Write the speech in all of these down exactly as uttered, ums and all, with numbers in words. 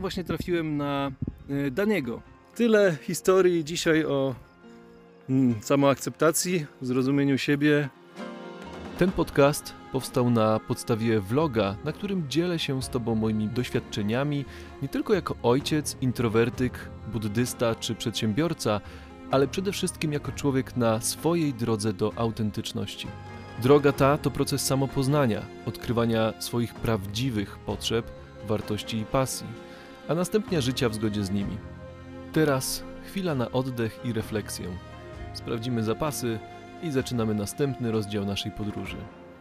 właśnie trafiłem na Daniego. Tyle historii dzisiaj o mm, samoakceptacji, zrozumieniu siebie. Ten podcast powstał na podstawie vloga, na którym dzielę się z Tobą moimi doświadczeniami, nie tylko jako ojciec, introwertyk, buddysta czy przedsiębiorca, ale przede wszystkim jako człowiek na swojej drodze do autentyczności. Droga ta to proces samopoznania, odkrywania swoich prawdziwych potrzeb, wartości i pasji, a następnie życia w zgodzie z nimi. Teraz chwila na oddech i refleksję. Sprawdzimy zapasy i zaczynamy następny rozdział naszej podróży.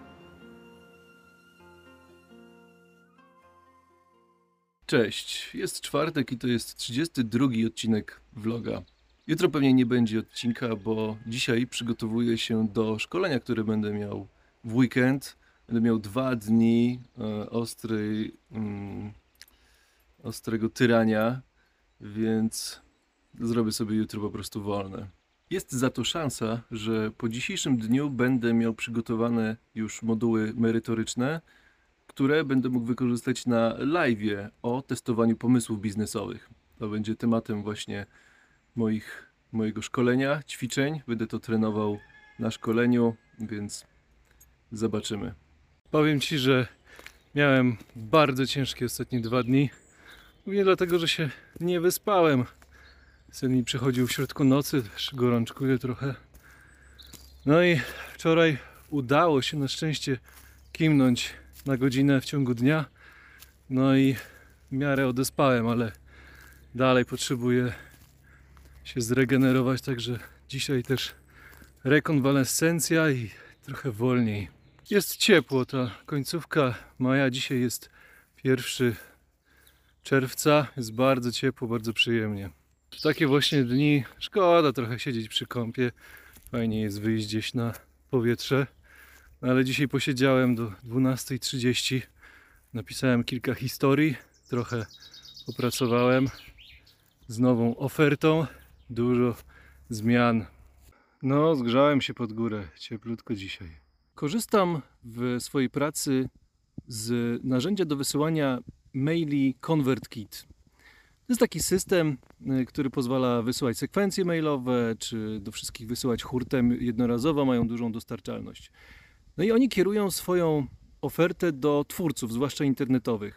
Cześć, jest czwartek i to jest trzydziesty drugi odcinek vloga. Jutro pewnie nie będzie odcinka, bo dzisiaj przygotowuję się do szkolenia, które będę miał w weekend. Będę miał dwa dni e, ostrej, mm, ostrego tyrania, więc zrobię sobie jutro po prostu wolne. Jest za to szansa, że po dzisiejszym dniu będę miał przygotowane już moduły merytoryczne, które będę mógł wykorzystać na live'ie o testowaniu pomysłów biznesowych. To będzie tematem właśnie moich, mojego szkolenia, ćwiczeń. Będę to trenował na szkoleniu, więc zobaczymy. Powiem Ci, że miałem bardzo ciężkie ostatnie dwa dni. Głównie dlatego, że się nie wyspałem. Sen mi przychodził w środku nocy, też gorączkuje trochę. No i wczoraj udało się na szczęście kimnąć na godzinę w ciągu dnia. No i w miarę odespałem, ale dalej potrzebuję się zregenerować, także dzisiaj też rekonwalescencja i trochę wolniej. Jest ciepło, ta końcówka maja, dzisiaj jest pierwszego czerwca, jest bardzo ciepło, bardzo przyjemnie. W takie właśnie dni szkoda trochę siedzieć przy kąpie, fajnie jest wyjść gdzieś na powietrze, ale dzisiaj posiedziałem do dwunastej trzydzieści, napisałem kilka historii, trochę popracowałem z nową ofertą, dużo zmian. No, zgrzałem się pod górę, cieplutko dzisiaj. Korzystam w swojej pracy z narzędzia do wysyłania maili ConvertKit. To jest taki system, który pozwala wysyłać sekwencje mailowe, czy do wszystkich wysyłać hurtem jednorazowo, mają dużą dostarczalność. No i oni kierują swoją ofertę do twórców, zwłaszcza internetowych.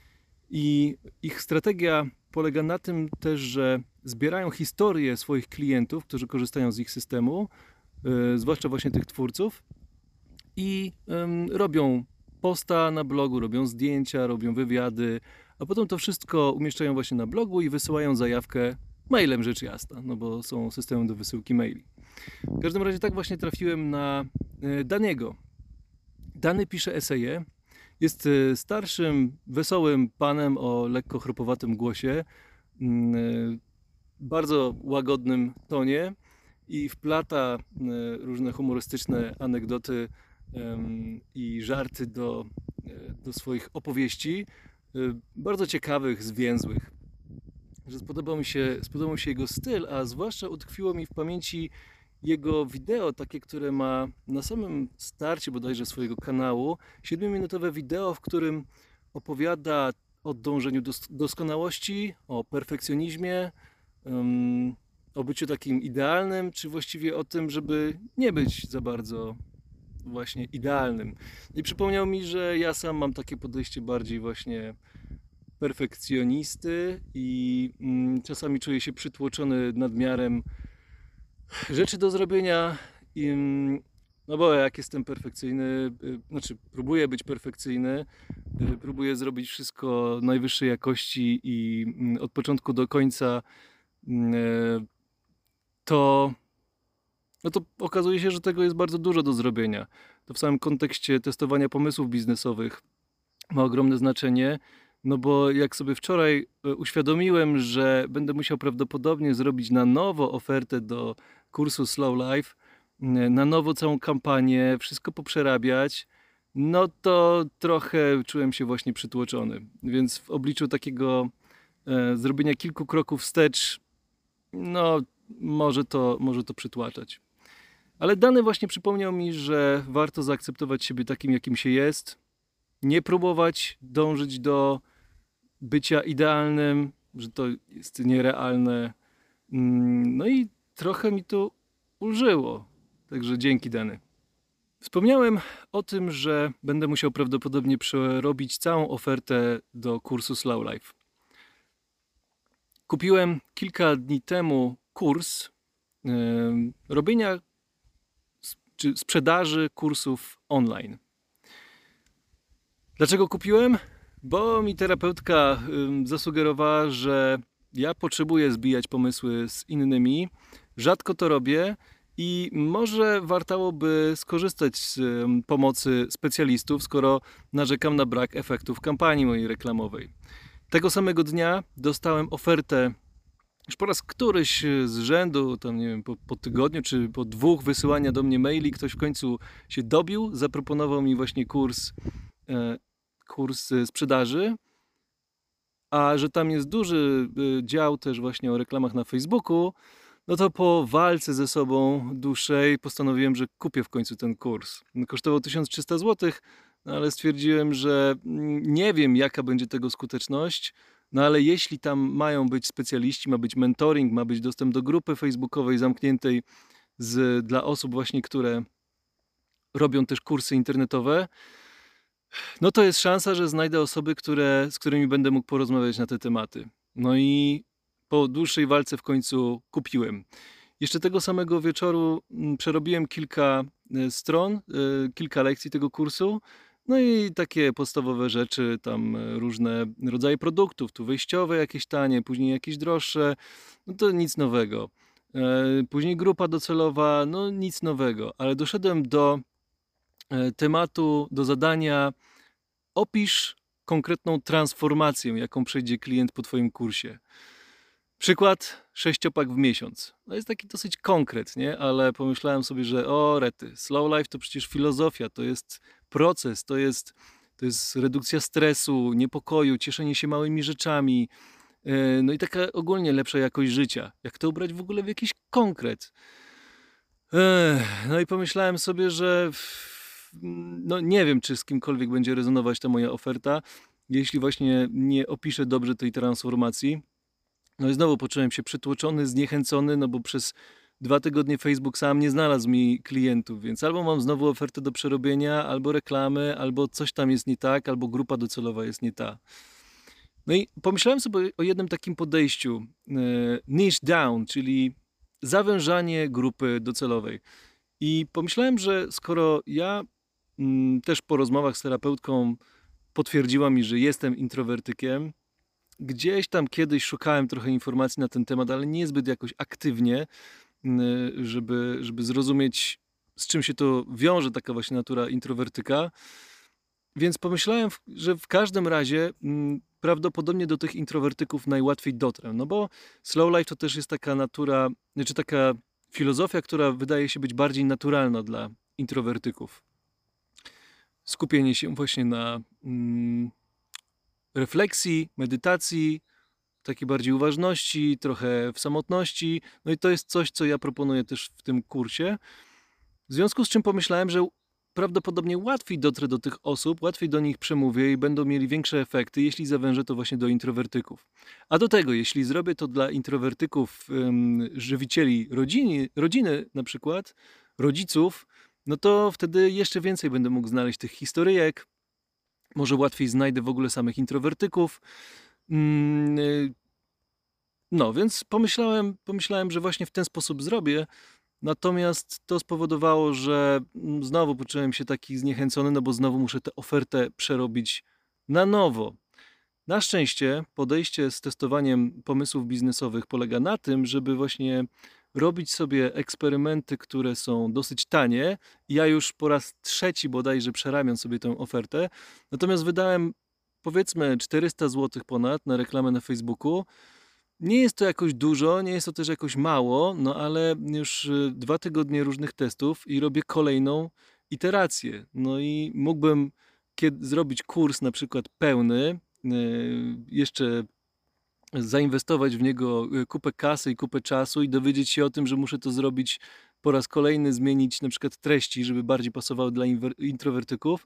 I ich strategia polega na tym też, że zbierają historie swoich klientów, którzy korzystają z ich systemu, yy, zwłaszcza właśnie tych twórców, i yy, robią posta na blogu, robią zdjęcia, robią wywiady, a potem to wszystko umieszczają właśnie na blogu i wysyłają zajawkę mailem, rzecz jasna, no bo są systemem do wysyłki maili. W każdym razie tak właśnie trafiłem na Daniego. Dany pisze eseje, jest starszym, wesołym panem o lekko chropowatym głosie, bardzo łagodnym tonie i wplata różne humorystyczne anegdoty i żarty do, do swoich opowieści, bardzo ciekawych, zwięzłych. Że spodobał mi się, spodobał mi się jego styl, a zwłaszcza utkwiło mi w pamięci jego wideo, takie, które ma na samym starcie bodajże swojego kanału, siedmiominutowe wideo, w którym opowiada o dążeniu do doskonałości, o perfekcjonizmie, um, o byciu takim idealnym, czy właściwie o tym, żeby nie być za bardzo właśnie idealnym. I przypomniał mi, że ja sam mam takie podejście bardziej właśnie perfekcjonisty i mm, czasami czuję się przytłoczony nadmiarem rzeczy do zrobienia. I, no bo jak jestem perfekcyjny, znaczy próbuję być perfekcyjny, próbuję zrobić wszystko najwyższej jakości i od początku do końca, to no to okazuje się, że tego jest bardzo dużo do zrobienia. To w samym kontekście testowania pomysłów biznesowych ma ogromne znaczenie, no bo jak sobie wczoraj uświadomiłem, że będę musiał prawdopodobnie zrobić na nowo ofertę do kursu Slow Life, na nowo całą kampanię, wszystko poprzerabiać, no to trochę czułem się właśnie przytłoczony. Więc w obliczu takiego e, zrobienia kilku kroków wstecz, no może to, może to przytłaczać. Ale Dany właśnie przypomniał mi, że warto zaakceptować siebie takim, jakim się jest, nie próbować dążyć do bycia idealnym, że to jest nierealne. Mm, No i trochę mi to ulżyło. Także dzięki, Dany. Wspomniałem o tym, że będę musiał prawdopodobnie przerobić całą ofertę do kursu Slow Life. Kupiłem kilka dni temu kurs em, robienia s- czy sprzedaży kursów online. Dlaczego kupiłem? Bo mi terapeutka ym, zasugerowała, że ja potrzebuję zbijać pomysły z innymi. Rzadko to robię i może wartałoby skorzystać z ym, pomocy specjalistów, skoro narzekam na brak efektów kampanii mojej reklamowej. Tego samego dnia dostałem ofertę już po raz któryś z rzędu, tam nie wiem, po, po tygodniu czy po dwóch wysyłania do mnie maili, ktoś w końcu się dobił, zaproponował mi właśnie kurs, e, kurs e, sprzedaży, a że tam jest duży e, dział też właśnie o reklamach na Facebooku, no to po walce ze sobą dłuższej postanowiłem, że kupię w końcu ten kurs. Kosztował tysiąc trzysta złotych, no ale stwierdziłem, że mm, nie wiem jaka będzie tego skuteczność, no ale jeśli tam mają być specjaliści, ma być mentoring, ma być dostęp do grupy facebookowej zamkniętej z, dla osób właśnie, które robią też kursy internetowe, no to jest szansa, że znajdę osoby, które, z którymi będę mógł porozmawiać na te tematy. No i po dłuższej walce w końcu kupiłem. Jeszcze tego samego wieczoru mm, przerobiłem kilka e, stron, e, kilka lekcji tego kursu. No i takie podstawowe rzeczy, tam e, różne rodzaje produktów, tu wejściowe jakieś tanie, później jakieś droższe, no to nic nowego. E, Później grupa docelowa, no nic nowego, ale doszedłem do e, tematu, do zadania: opisz konkretną transformację, jaką przejdzie klient po Twoim kursie. Przykład, sześciopak w miesiąc. No jest taki dosyć konkret, nie? Ale pomyślałem sobie, że o rety, slow life to przecież filozofia, to jest proces, to jest, to jest redukcja stresu, niepokoju, cieszenie się małymi rzeczami, yy, no i taka ogólnie lepsza jakość życia. Jak to ubrać w ogóle w jakiś konkret? Ech, no i pomyślałem sobie, że w- no nie wiem, czy z kimkolwiek będzie rezonować ta moja oferta, jeśli właśnie nie opiszę dobrze tej transformacji. No i znowu poczułem się przytłoczony, zniechęcony, no bo przez dwa tygodnie Facebook sam nie znalazł mi klientów, więc albo mam znowu ofertę do przerobienia, albo reklamy, albo coś tam jest nie tak, albo grupa docelowa jest nie ta. No i pomyślałem sobie o jednym takim podejściu, e, niche down, czyli zawężanie grupy docelowej. I pomyślałem, że skoro ja mm, też po rozmowach z terapeutką potwierdziła mi, że jestem introwertykiem, gdzieś tam kiedyś szukałem trochę informacji na ten temat, ale niezbyt jakoś aktywnie, y, żeby, żeby zrozumieć, z czym się to wiąże, taka właśnie natura introwertyka. Więc pomyślałem, w- że w każdym razie mm, prawdopodobnie do tych introwertyków najłatwiej dotrę. No bo slow life to też jest taka natura, znaczy taka filozofia, która wydaje się być bardziej naturalna dla introwertyków. Skupienie się właśnie na mm, refleksji, medytacji, takiej bardziej uważności, trochę w samotności. No i to jest coś, co ja proponuję też w tym kursie. W związku z czym pomyślałem, że prawdopodobnie łatwiej dotrę do tych osób, łatwiej do nich przemówię i będą mieli większe efekty, jeśli zawężę to właśnie do introwertyków. A do tego, jeśli zrobię to dla introwertyków, ym, żywicieli rodziny, rodziny na przykład, rodziców, no to wtedy jeszcze więcej będę mógł znaleźć tych historyjek, może łatwiej znajdę w ogóle samych introwertyków. Mm, y, No, więc pomyślałem, pomyślałem, że właśnie w ten sposób zrobię. Natomiast to spowodowało, że mm, znowu poczułem się taki zniechęcony, no bo znowu muszę tę ofertę przerobić na nowo. Na szczęście podejście z testowaniem pomysłów biznesowych polega na tym, żeby właśnie robić sobie eksperymenty, które są dosyć tanie. Ja już po raz trzeci bodajże przerabiam sobie tę ofertę. Natomiast wydałem powiedzmy czterysta złotych ponad na reklamę na Facebooku. Nie jest to jakoś dużo, nie jest to też jakoś mało, no ale już y, dwa tygodnie różnych testów i robię kolejną iterację. No i mógłbym kiedy zrobić kurs na przykład pełny, y, jeszcze zainwestować w niego y, kupę kasy i kupę czasu i dowiedzieć się o tym, że muszę to zrobić po raz kolejny, zmienić na przykład treści, żeby bardziej pasowały dla inwer- introwertyków.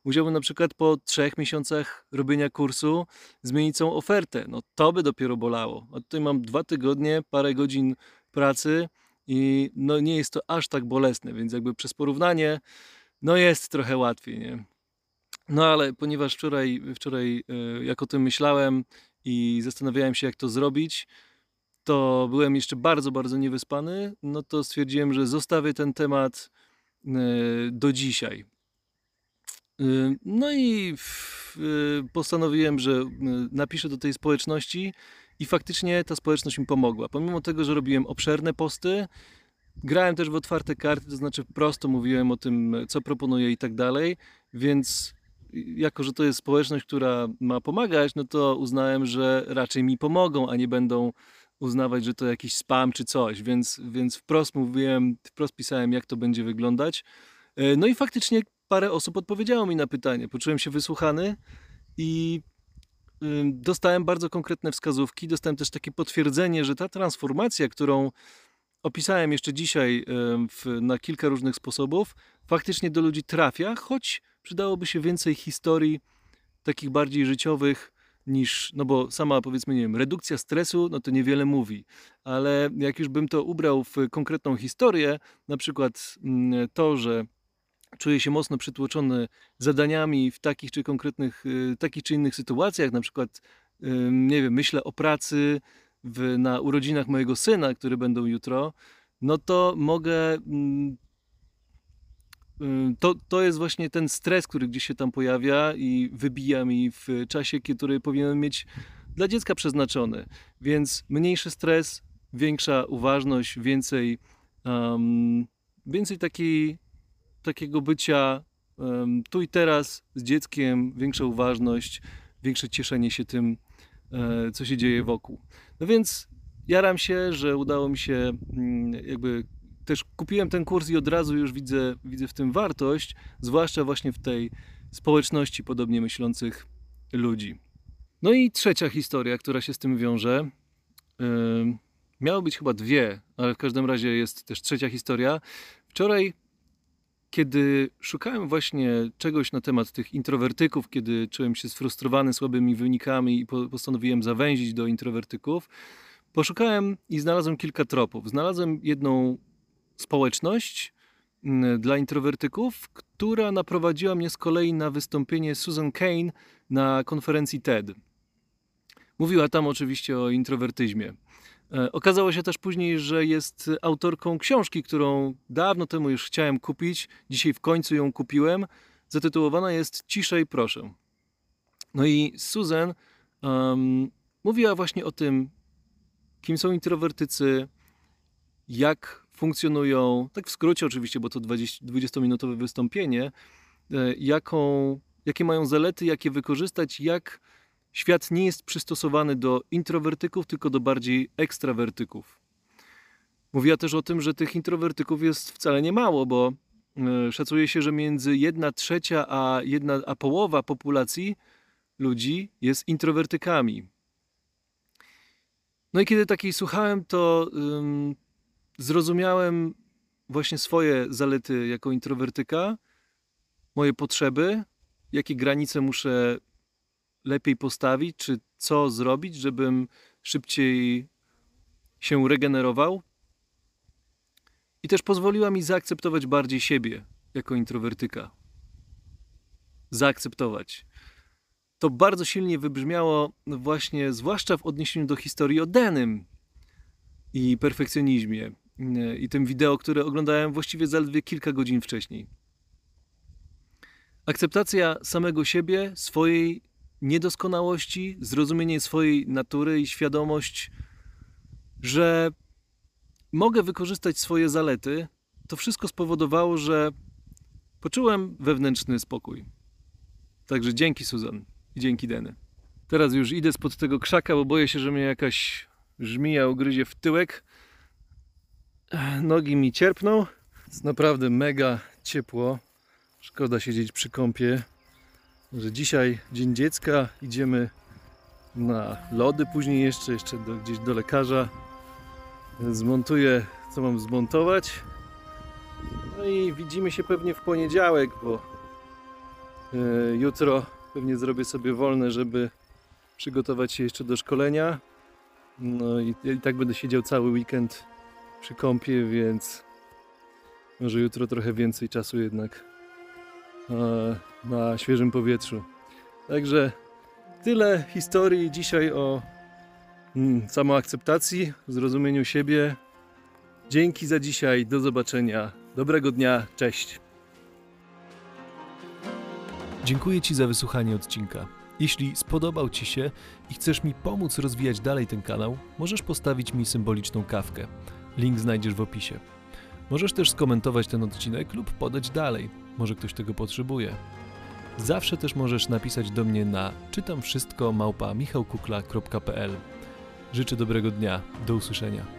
Musiałbym na przykład po trzech miesiącach robienia kursu zmienić całą ofertę. No to by dopiero bolało. A tutaj mam dwa tygodnie, parę godzin pracy i no nie jest to aż tak bolesne, więc jakby przez porównanie, no jest trochę łatwiej, nie? No ale ponieważ wczoraj, wczoraj e, jak o tym myślałem i zastanawiałem się, jak to zrobić, to byłem jeszcze bardzo, bardzo niewyspany, no to stwierdziłem, że zostawię ten temat e, do dzisiaj. Y, No i w- y, postanowiłem, że y, napiszę do tej społeczności i faktycznie ta społeczność mi pomogła. Pomimo tego, że robiłem obszerne posty, grałem też w otwarte karty, to znaczy prosto mówiłem o tym, co proponuję i tak dalej, więc jako, że to jest społeczność, która ma pomagać, no to uznałem, że raczej mi pomogą, a nie będą uznawać, że to jakiś spam czy coś, więc, więc wprost mówiłem, wprost pisałem, jak to będzie wyglądać. E, No i faktycznie parę osób odpowiedziało mi na pytanie. Poczułem się wysłuchany i ym, dostałem bardzo konkretne wskazówki. Dostałem też takie potwierdzenie, że ta transformacja, którą opisałem jeszcze dzisiaj ym, w, na kilka różnych sposobów, faktycznie do ludzi trafia, choć przydałoby się więcej historii takich bardziej życiowych niż, no bo sama powiedzmy, nie wiem, redukcja stresu, no to niewiele mówi, ale jak już bym to ubrał w konkretną historię, na przykład mm, to, że czuję się mocno przytłoczony zadaniami w takich czy konkretnych, y, takich czy innych sytuacjach, na przykład, ym, nie wiem, myślę o pracy w, na urodzinach mojego syna, które będą jutro, no to mogę, mm, y, to, to jest właśnie ten stres, który gdzieś się tam pojawia i wybija mi w czasie, który powinienem mieć dla dziecka przeznaczony. Więc mniejszy stres, większa uważność, więcej, um, więcej takiej takiego bycia em, tu i teraz z dzieckiem, większa uważność, większe cieszenie się tym, e, co się dzieje wokół. No więc jaram się, że udało mi się mm, jakby też kupiłem ten kurs i od razu już widzę, widzę w tym wartość, zwłaszcza właśnie w tej społeczności podobnie myślących ludzi. No i trzecia historia, która się z tym wiąże. Ym, Miało być chyba dwie, ale w każdym razie jest też trzecia historia. Wczoraj kiedy szukałem właśnie czegoś na temat tych introwertyków, kiedy czułem się sfrustrowany słabymi wynikami i po- postanowiłem zawęzić do introwertyków, poszukałem i znalazłem kilka tropów. Znalazłem jedną społeczność mm, dla introwertyków, która naprowadziła mnie z kolei na wystąpienie Susan Cain na konferencji TED. Mówiła tam oczywiście o introwertyzmie. E, Okazało się też później, że jest autorką książki, którą dawno temu już chciałem kupić. Dzisiaj w końcu ją kupiłem. Zatytułowana jest Ciszej proszę. No i Susan um, mówiła właśnie o tym, kim są introwertycy, jak funkcjonują, tak w skrócie oczywiście, bo to dwudziestominutowe wystąpienie, e, jaką, jakie mają zalety, jak je wykorzystać, jak świat nie jest przystosowany do introwertyków, tylko do bardziej ekstrawertyków. Mówiła też o tym, że tych introwertyków jest wcale nie mało, bo e, szacuje się, że między jedna trzecia a jedna a połowa populacji ludzi jest introwertykami. No i kiedy takiej słuchałem, to ym, zrozumiałem właśnie swoje zalety jako introwertyka, moje potrzeby, jakie granice muszę lepiej postawić, czy co zrobić, żebym szybciej się regenerował. I też pozwoliła mi zaakceptować bardziej siebie jako introwertyka. Zaakceptować. To bardzo silnie wybrzmiało właśnie, zwłaszcza w odniesieniu do historii o Denym i perfekcjonizmie i tym wideo, które oglądałem właściwie zaledwie kilka godzin wcześniej. Akceptacja samego siebie, swojej niedoskonałości, zrozumienie swojej natury i świadomość, że mogę wykorzystać swoje zalety, to wszystko spowodowało, że poczułem wewnętrzny spokój. Także dzięki Susan i dzięki Denny. Teraz już idę spod tego krzaka, bo boję się, że mnie jakaś żmija ugryzie w tyłek. Nogi mi cierpną. Jest naprawdę mega ciepło. Szkoda siedzieć przy kąpie. Że dzisiaj Dzień Dziecka, idziemy na lody, później jeszcze, jeszcze do, gdzieś do lekarza. Zmontuję, co mam zmontować. No i widzimy się pewnie w poniedziałek, bo Yy, jutro pewnie zrobię sobie wolne, żeby przygotować się jeszcze do szkolenia. No i, i tak będę siedział cały weekend przy kąpie, więc może jutro trochę więcej czasu jednak e, na świeżym powietrzu. Także tyle historii dzisiaj o mm, samoakceptacji, zrozumieniu siebie. Dzięki za dzisiaj, do zobaczenia, dobrego dnia, cześć. Dziękuję Ci za wysłuchanie odcinka. Jeśli spodobał Ci się i chcesz mi pomóc rozwijać dalej ten kanał, możesz postawić mi symboliczną kawkę. Link znajdziesz w opisie. Możesz też skomentować ten odcinek lub podać dalej. Może ktoś tego potrzebuje. Zawsze też możesz napisać do mnie na czytam wszystko małpa michał kukla kropka p l. Życzę dobrego dnia. Do usłyszenia.